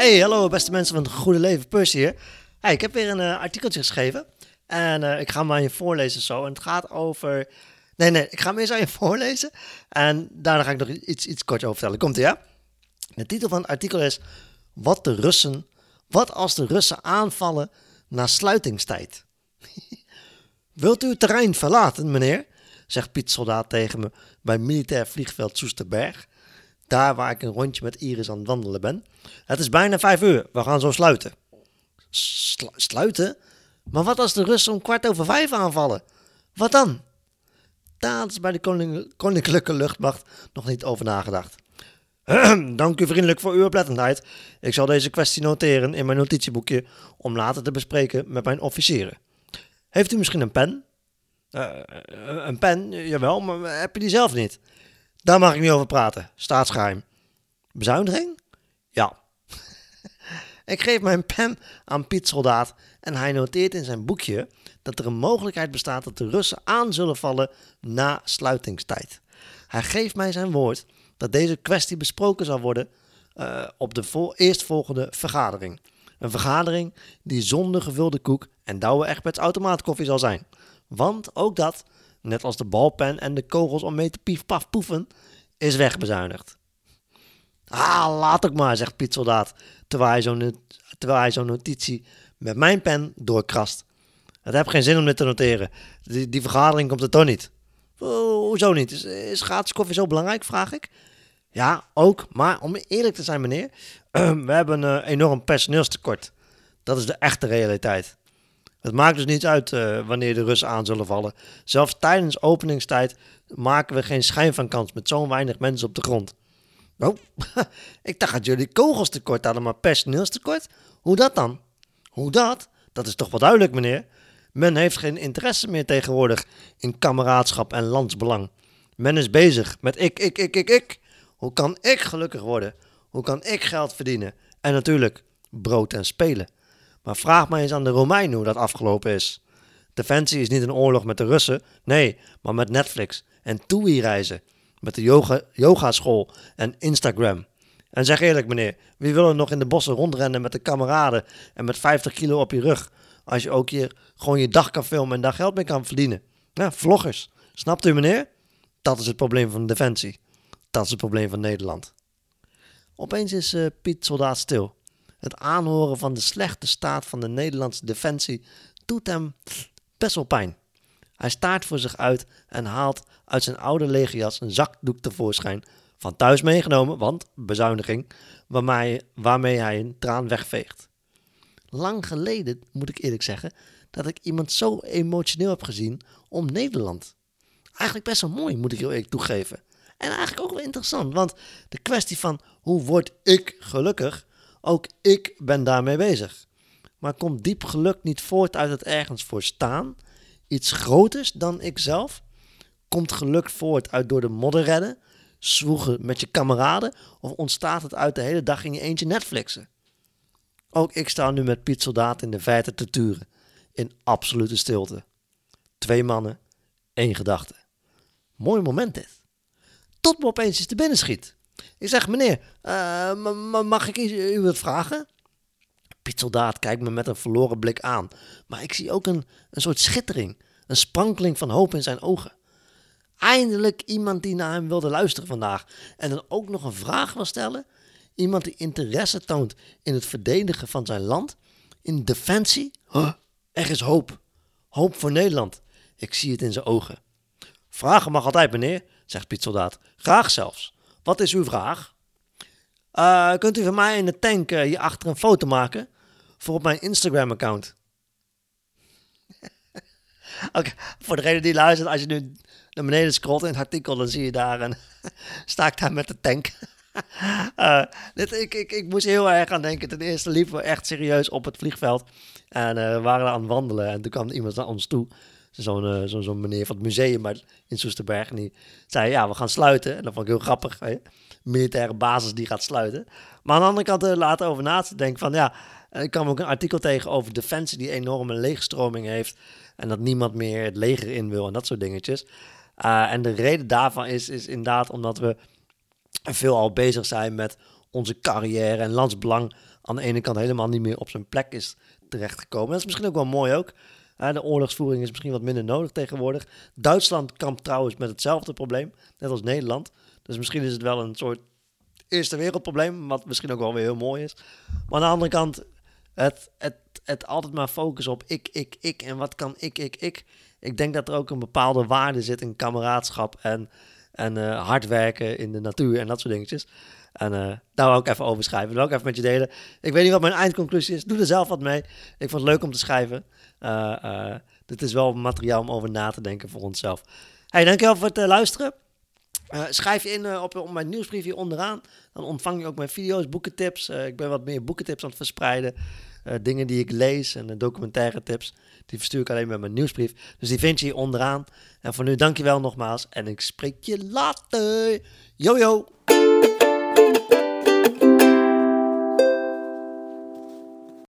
Hey, hallo beste mensen van het Goede Leven, Percy hier. Hey, ik heb weer een artikeltje geschreven en ik ga hem aan je voorlezen zo. En het gaat over... Nee, ik ga hem eerst aan je voorlezen en daarna ga ik nog iets kort over vertellen. Komt-ie, ja? De titel van het artikel is... Wat als de Russen aanvallen na sluitingstijd? Wilt u het terrein verlaten, meneer? Zegt Piet Soldaat tegen me bij militair vliegveld Soesterberg. Daar waar ik een rondje met Iris aan het wandelen ben. Het is bijna 5 uur, we gaan zo sluiten. Sluiten? Maar wat als de Russen om 5:15 aanvallen? Wat dan? Daar is bij de Koninklijke Luchtmacht nog niet over nagedacht. Dank u vriendelijk voor uw oplettendheid. Ik zal deze kwestie noteren in mijn notitieboekje om later te bespreken met mijn officieren. Heeft u misschien een pen? Een pen, jawel, maar heb je die zelf niet? Daar mag ik niet over praten, staatsgeheim. Bezuiniging? Ja. Ik geef mijn pen aan Piet Soldaat en hij noteert in zijn boekje dat er een mogelijkheid bestaat dat de Russen aan zullen vallen na sluitingstijd. Hij geeft mij zijn woord dat deze kwestie besproken zal worden op de eerstvolgende vergadering. Een vergadering die zonder gevulde koek en Douwe Egberts automaatkoffie zal zijn. Want ook dat, net als de balpen en de kogels om mee te pief-paf poeven, is wegbezuinigd. Laat ook maar, zegt Piet Soldaat, terwijl hij zo'n notitie met mijn pen doorkrast. Het heeft geen zin om dit te noteren. Die vergadering komt er toch niet. Hoezo niet? Is gratis koffie zo belangrijk, vraag ik? Ja, ook, maar om eerlijk te zijn, meneer, we hebben een enorm personeelstekort. Dat is de echte realiteit. Het maakt dus niet uit wanneer de Russen aan zullen vallen. Zelfs tijdens openingstijd maken we geen schijn van kans met zo'n weinig mensen op de grond. Oh, ik dacht dat jullie kogels tekort hadden, maar personeelstekort? Hoe dat dan? Hoe dat? Dat is toch wel duidelijk, meneer. Men heeft geen interesse meer tegenwoordig in kameraadschap en landsbelang. Men is bezig met ik. Hoe kan ik gelukkig worden? Hoe kan ik geld verdienen? En natuurlijk, brood en spelen. Maar vraag maar eens aan de Romeinen hoe dat afgelopen is. Defensie is niet een oorlog met de Russen, nee, maar met Netflix en TUI-reizen. Met de yogaschool en Instagram. En zeg eerlijk, meneer, wie wil er nog in de bossen rondrennen met de kameraden en met 50 kilo op je rug, als je ook gewoon je dag kan filmen en daar geld mee kan verdienen? Ja, vloggers. Snapt u, meneer? Dat is het probleem van Defensie. Dat is het probleem van Nederland. Opeens is Piet Soldaat stil. Het aanhoren van de slechte staat van de Nederlandse defensie doet hem best wel pijn. Hij staart voor zich uit en haalt uit zijn oude legerjas een zakdoek tevoorschijn, van thuis meegenomen, want bezuiniging, waarmee hij een traan wegveegt. Lang geleden, moet ik eerlijk zeggen, dat ik iemand zo emotioneel heb gezien om Nederland. Eigenlijk best wel mooi, moet ik heel eerlijk toegeven. En eigenlijk ook wel interessant, want de kwestie van hoe word ik gelukkig, ook ik ben daarmee bezig. Maar komt diep geluk niet voort uit het ergens voor staan? Iets groters dan ikzelf? Komt geluk voort uit door de modder redden? Zwoegen met je kameraden? Of ontstaat het uit de hele dag in je eentje Netflixen? Ook ik sta nu met Piet Soldaat in de verte te turen. In absolute stilte. 2 mannen, 1 gedachte. Mooi moment dit. Tot me opeens iets te binnen schiet. Ik zeg, meneer, mag ik u wat vragen? Piet Soldaat kijkt me met een verloren blik aan. Maar ik zie ook een soort schittering. Een sprankeling van hoop in zijn ogen. Eindelijk iemand die naar hem wilde luisteren vandaag. En dan ook nog een vraag wil stellen. Iemand die interesse toont in het verdedigen van zijn land. In defensie. Er is hoop. Hoop voor Nederland. Ik zie het in zijn ogen. Vragen mag altijd, meneer, zegt Piet Soldaat. Graag zelfs. Wat is uw vraag? Kunt u van mij in de tank hierachter een foto maken? Voor op mijn Instagram-account. Oké, voor degene die luistert, als je nu naar beneden scrolt in het artikel, dan zie je daar sta ik daar met de tank. Ik moest heel erg aan denken. Ten eerste liepen we echt serieus op het vliegveld. En we waren aan het wandelen. En toen kwam iemand naar ons toe. Zo'n meneer van het museum in Soesterberg. En die zei, ja, we gaan sluiten. En dat vond ik heel grappig. Hè? Militaire basis die gaat sluiten. Maar aan de andere kant later over na te denken van, ja, ik kwam ook een artikel tegen over Defensie die enorme leegstroming heeft. En dat niemand meer het leger in wil en dat soort dingetjes. En de reden daarvan is inderdaad omdat we veelal bezig zijn met onze carrière en landsbelang aan de ene kant helemaal niet meer op zijn plek is terechtgekomen. Dat is misschien ook wel mooi ook. De oorlogsvoering is misschien wat minder nodig tegenwoordig. Duitsland kampt trouwens met hetzelfde probleem, net als Nederland. Dus misschien is het wel een soort eerste wereldprobleem, wat misschien ook wel weer heel mooi is. Maar aan de andere kant, het altijd maar focussen op ik en wat kan ik. Ik denk dat er ook een bepaalde waarde zit in kameraadschap en hard werken in de natuur en dat soort dingetjes. En daar wou ik even over schrijven. Dat wil ik even met je delen. Ik weet niet wat mijn eindconclusie is. Doe er zelf wat mee. Ik vond het leuk om te schrijven. Dit is wel materiaal om over na te denken voor onszelf. Hey, dankjewel voor het luisteren. Schrijf je in op mijn nieuwsbrief hier onderaan. Dan ontvang je ook mijn video's, boekentips. Ik ben wat meer boekentips aan het verspreiden. Dingen die ik lees en documentaire tips. Die verstuur ik alleen met mijn nieuwsbrief. Dus die vind je hier onderaan. En voor nu dankjewel nogmaals. En ik spreek je later. Yo yo.